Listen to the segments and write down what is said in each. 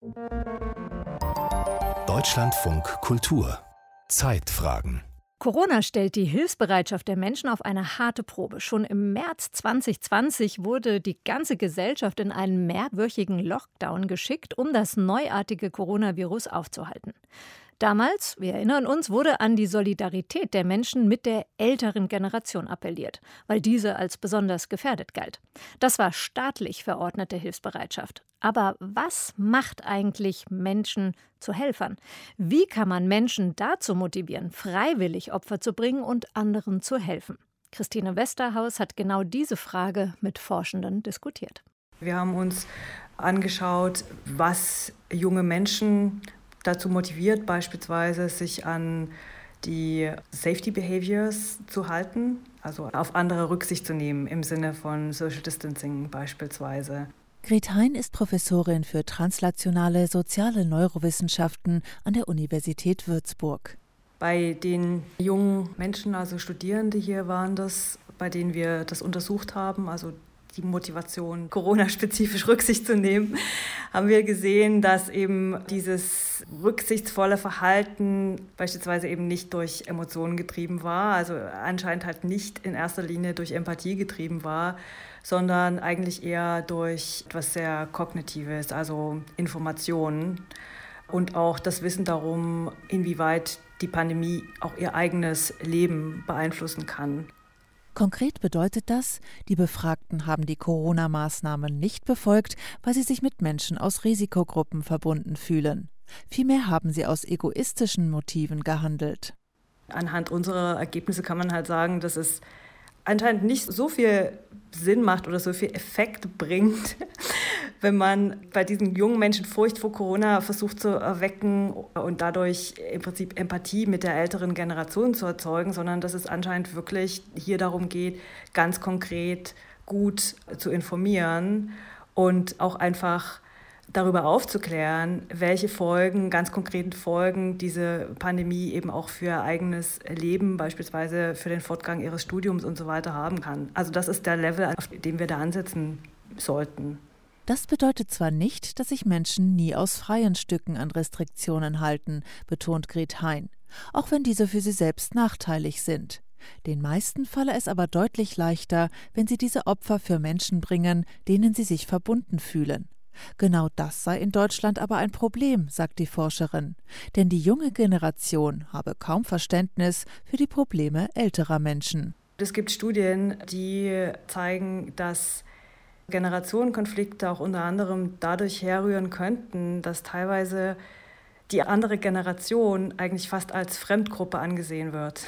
Deutschlandfunk Kultur Zeitfragen. Corona stellt die Hilfsbereitschaft der Menschen auf eine harte Probe. Schon im März 2020 wurde die ganze Gesellschaft in einen mehrwöchigen Lockdown geschickt, um das neuartige Coronavirus aufzuhalten. Damals, wir erinnern uns, wurde an die Solidarität der Menschen mit der älteren Generation appelliert, weil diese als besonders gefährdet galt. Das war staatlich verordnete Hilfsbereitschaft. Aber was macht eigentlich Menschen zu Helfern? Wie kann man Menschen dazu motivieren, freiwillig Opfer zu bringen und anderen zu helfen? Christine Westerhaus hat genau diese Frage mit Forschenden diskutiert. Wir haben uns angeschaut, was junge Menschen dazu motiviert, beispielsweise sich an die Safety Behaviors zu halten, also auf andere Rücksicht zu nehmen im Sinne von Social Distancing beispielsweise. Gret Hein ist Professorin für translationale soziale Neurowissenschaften an der Universität Würzburg. Bei den jungen Menschen, also Studierende hier waren das, bei denen wir das untersucht haben, also die Motivation, Corona-spezifisch Rücksicht zu nehmen, haben wir gesehen, dass eben dieses rücksichtsvolle Verhalten beispielsweise eben nicht durch Emotionen getrieben war, also anscheinend halt nicht in erster Linie durch Empathie getrieben war, sondern eigentlich eher durch etwas sehr Kognitives, also Informationen und auch das Wissen darum, inwieweit die Pandemie auch ihr eigenes Leben beeinflussen kann. Konkret bedeutet das, die Befragten haben die Corona-Maßnahmen nicht befolgt, weil sie sich mit Menschen aus Risikogruppen verbunden fühlen. Vielmehr haben sie aus egoistischen Motiven gehandelt. Anhand unserer Ergebnisse kann man halt sagen, dass es anscheinend nicht so viel Sinn macht oder so viel Effekt bringt, wenn man bei diesen jungen Menschen Furcht vor Corona versucht zu erwecken und dadurch im Prinzip Empathie mit der älteren Generation zu erzeugen, sondern dass es anscheinend wirklich hier darum geht, ganz konkret gut zu informieren und auch einfach darüber aufzuklären, welche Folgen, ganz konkreten Folgen diese Pandemie eben auch für ihr eigenes Leben, beispielsweise für den Fortgang ihres Studiums und so weiter haben kann. Also das ist der Level, auf dem wir da ansetzen sollten. Das bedeutet zwar nicht, dass sich Menschen nie aus freien Stücken an Restriktionen halten, betont Gret Hein, auch wenn diese für sie selbst nachteilig sind. Den meisten falle es aber deutlich leichter, wenn sie diese Opfer für Menschen bringen, denen sie sich verbunden fühlen. Genau das sei in Deutschland aber ein Problem, sagt die Forscherin. Denn die junge Generation habe kaum Verständnis für die Probleme älterer Menschen. Es gibt Studien, die zeigen, dass Generationenkonflikte auch unter anderem dadurch herrühren könnten, dass teilweise die andere Generation eigentlich fast als Fremdgruppe angesehen wird.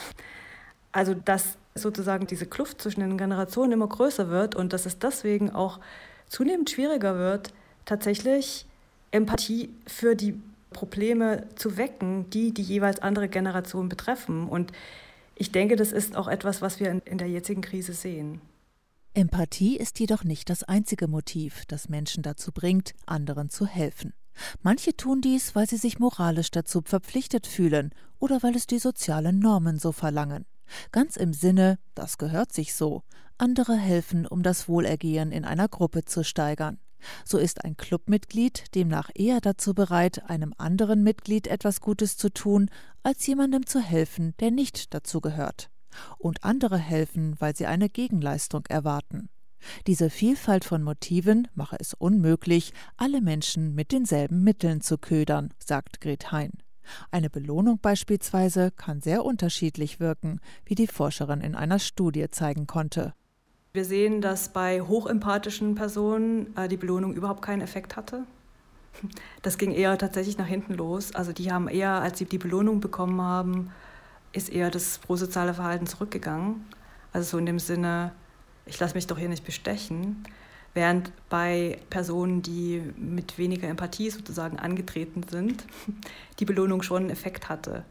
Also dass sozusagen diese Kluft zwischen den Generationen immer größer wird und dass es deswegen auch zunehmend schwieriger wird, tatsächlich Empathie für die Probleme zu wecken, die jeweils andere Generation betreffen. Und ich denke, das ist auch etwas, was wir in der jetzigen Krise sehen. Empathie ist jedoch nicht das einzige Motiv, das Menschen dazu bringt, anderen zu helfen. Manche tun dies, weil sie sich moralisch dazu verpflichtet fühlen oder weil es die sozialen Normen so verlangen. Ganz im Sinne, das gehört sich so. Andere helfen, um das Wohlergehen in einer Gruppe zu steigern. So ist ein Clubmitglied demnach eher dazu bereit, einem anderen Mitglied etwas Gutes zu tun, als jemandem zu helfen, der nicht dazu gehört. Und andere helfen, weil sie eine Gegenleistung erwarten. Diese Vielfalt von Motiven mache es unmöglich, alle Menschen mit denselben Mitteln zu ködern, sagt Gret Hein. Eine Belohnung beispielsweise kann sehr unterschiedlich wirken, wie die Forscherin in einer Studie zeigen konnte. Wir sehen, dass bei hochempathischen Personen die Belohnung überhaupt keinen Effekt hatte. Das ging eher tatsächlich nach hinten los. Also die haben eher, als sie die Belohnung bekommen haben, ist eher das prosoziale Verhalten zurückgegangen. Also so in dem Sinne, ich lasse mich doch hier nicht bestechen. Während bei Personen, die mit weniger Empathie sozusagen angetreten sind, die Belohnung schon einen Effekt hatte.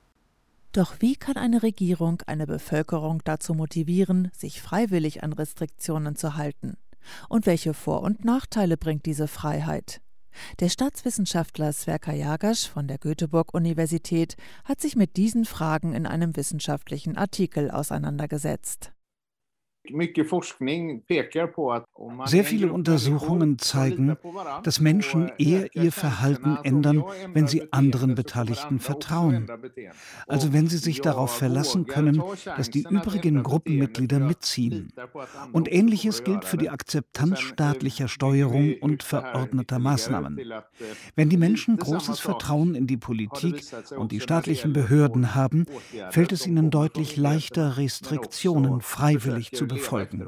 Doch wie kann eine Regierung eine Bevölkerung dazu motivieren, sich freiwillig an Restriktionen zu halten? Und welche Vor- und Nachteile bringt diese Freiheit? Der Staatswissenschaftler Sverker Jagasch von der Göteborg-Universität hat sich mit diesen Fragen in einem wissenschaftlichen Artikel auseinandergesetzt. Sehr viele Untersuchungen zeigen, dass Menschen eher ihr Verhalten ändern, wenn sie anderen Beteiligten vertrauen. Also wenn sie sich darauf verlassen können, dass die übrigen Gruppenmitglieder mitziehen. Und Ähnliches gilt für die Akzeptanz staatlicher Steuerung und verordneter Maßnahmen. Wenn die Menschen großes Vertrauen in die Politik und die staatlichen Behörden haben, fällt es ihnen deutlich leichter, Restriktionen freiwillig zu befolgen.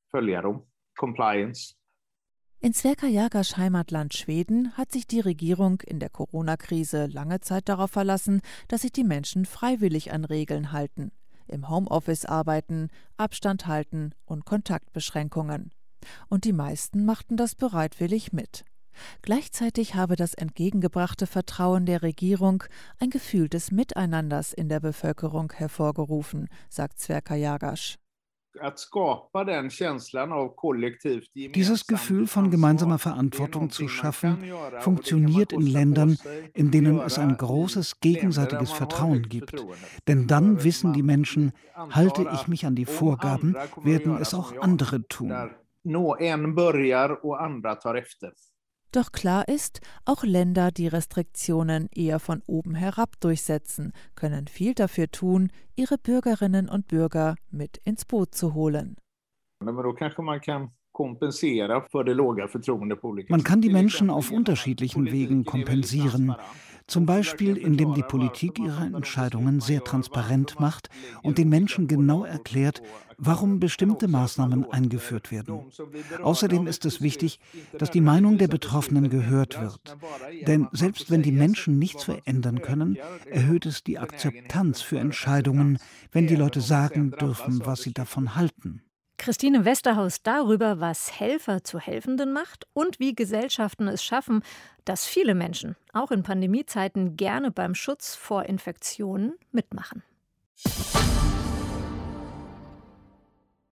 In Sverker Jägers Heimatland Schweden hat sich die Regierung in der Corona-Krise lange Zeit darauf verlassen, dass sich die Menschen freiwillig an Regeln halten. Im Homeoffice arbeiten, Abstand halten und Kontaktbeschränkungen. Und die meisten machten das bereitwillig mit. Gleichzeitig habe das entgegengebrachte Vertrauen der Regierung ein Gefühl des Miteinanders in der Bevölkerung hervorgerufen, sagt Sverker Jägers. Dieses Gefühl von gemeinsamer Verantwortung zu schaffen, funktioniert in Ländern, in denen es ein großes gegenseitiges Vertrauen gibt. Denn dann wissen die Menschen, halte ich mich an die Vorgaben, werden es auch andere tun. Doch klar ist, auch Länder, die Restriktionen eher von oben herab durchsetzen, können viel dafür tun, ihre Bürgerinnen und Bürger mit ins Boot zu holen. Man kann die Menschen auf unterschiedlichen Wegen kompensieren. Zum Beispiel, indem die Politik ihre Entscheidungen sehr transparent macht und den Menschen genau erklärt, warum bestimmte Maßnahmen eingeführt werden. Außerdem ist es wichtig, dass die Meinung der Betroffenen gehört wird. Denn selbst wenn die Menschen nichts verändern können, erhöht es die Akzeptanz für Entscheidungen, wenn die Leute sagen dürfen, was sie davon halten. Christine Westerhaus darüber, was Helfer zu Helfenden macht und wie Gesellschaften es schaffen, dass viele Menschen, auch in Pandemiezeiten, gerne beim Schutz vor Infektionen mitmachen.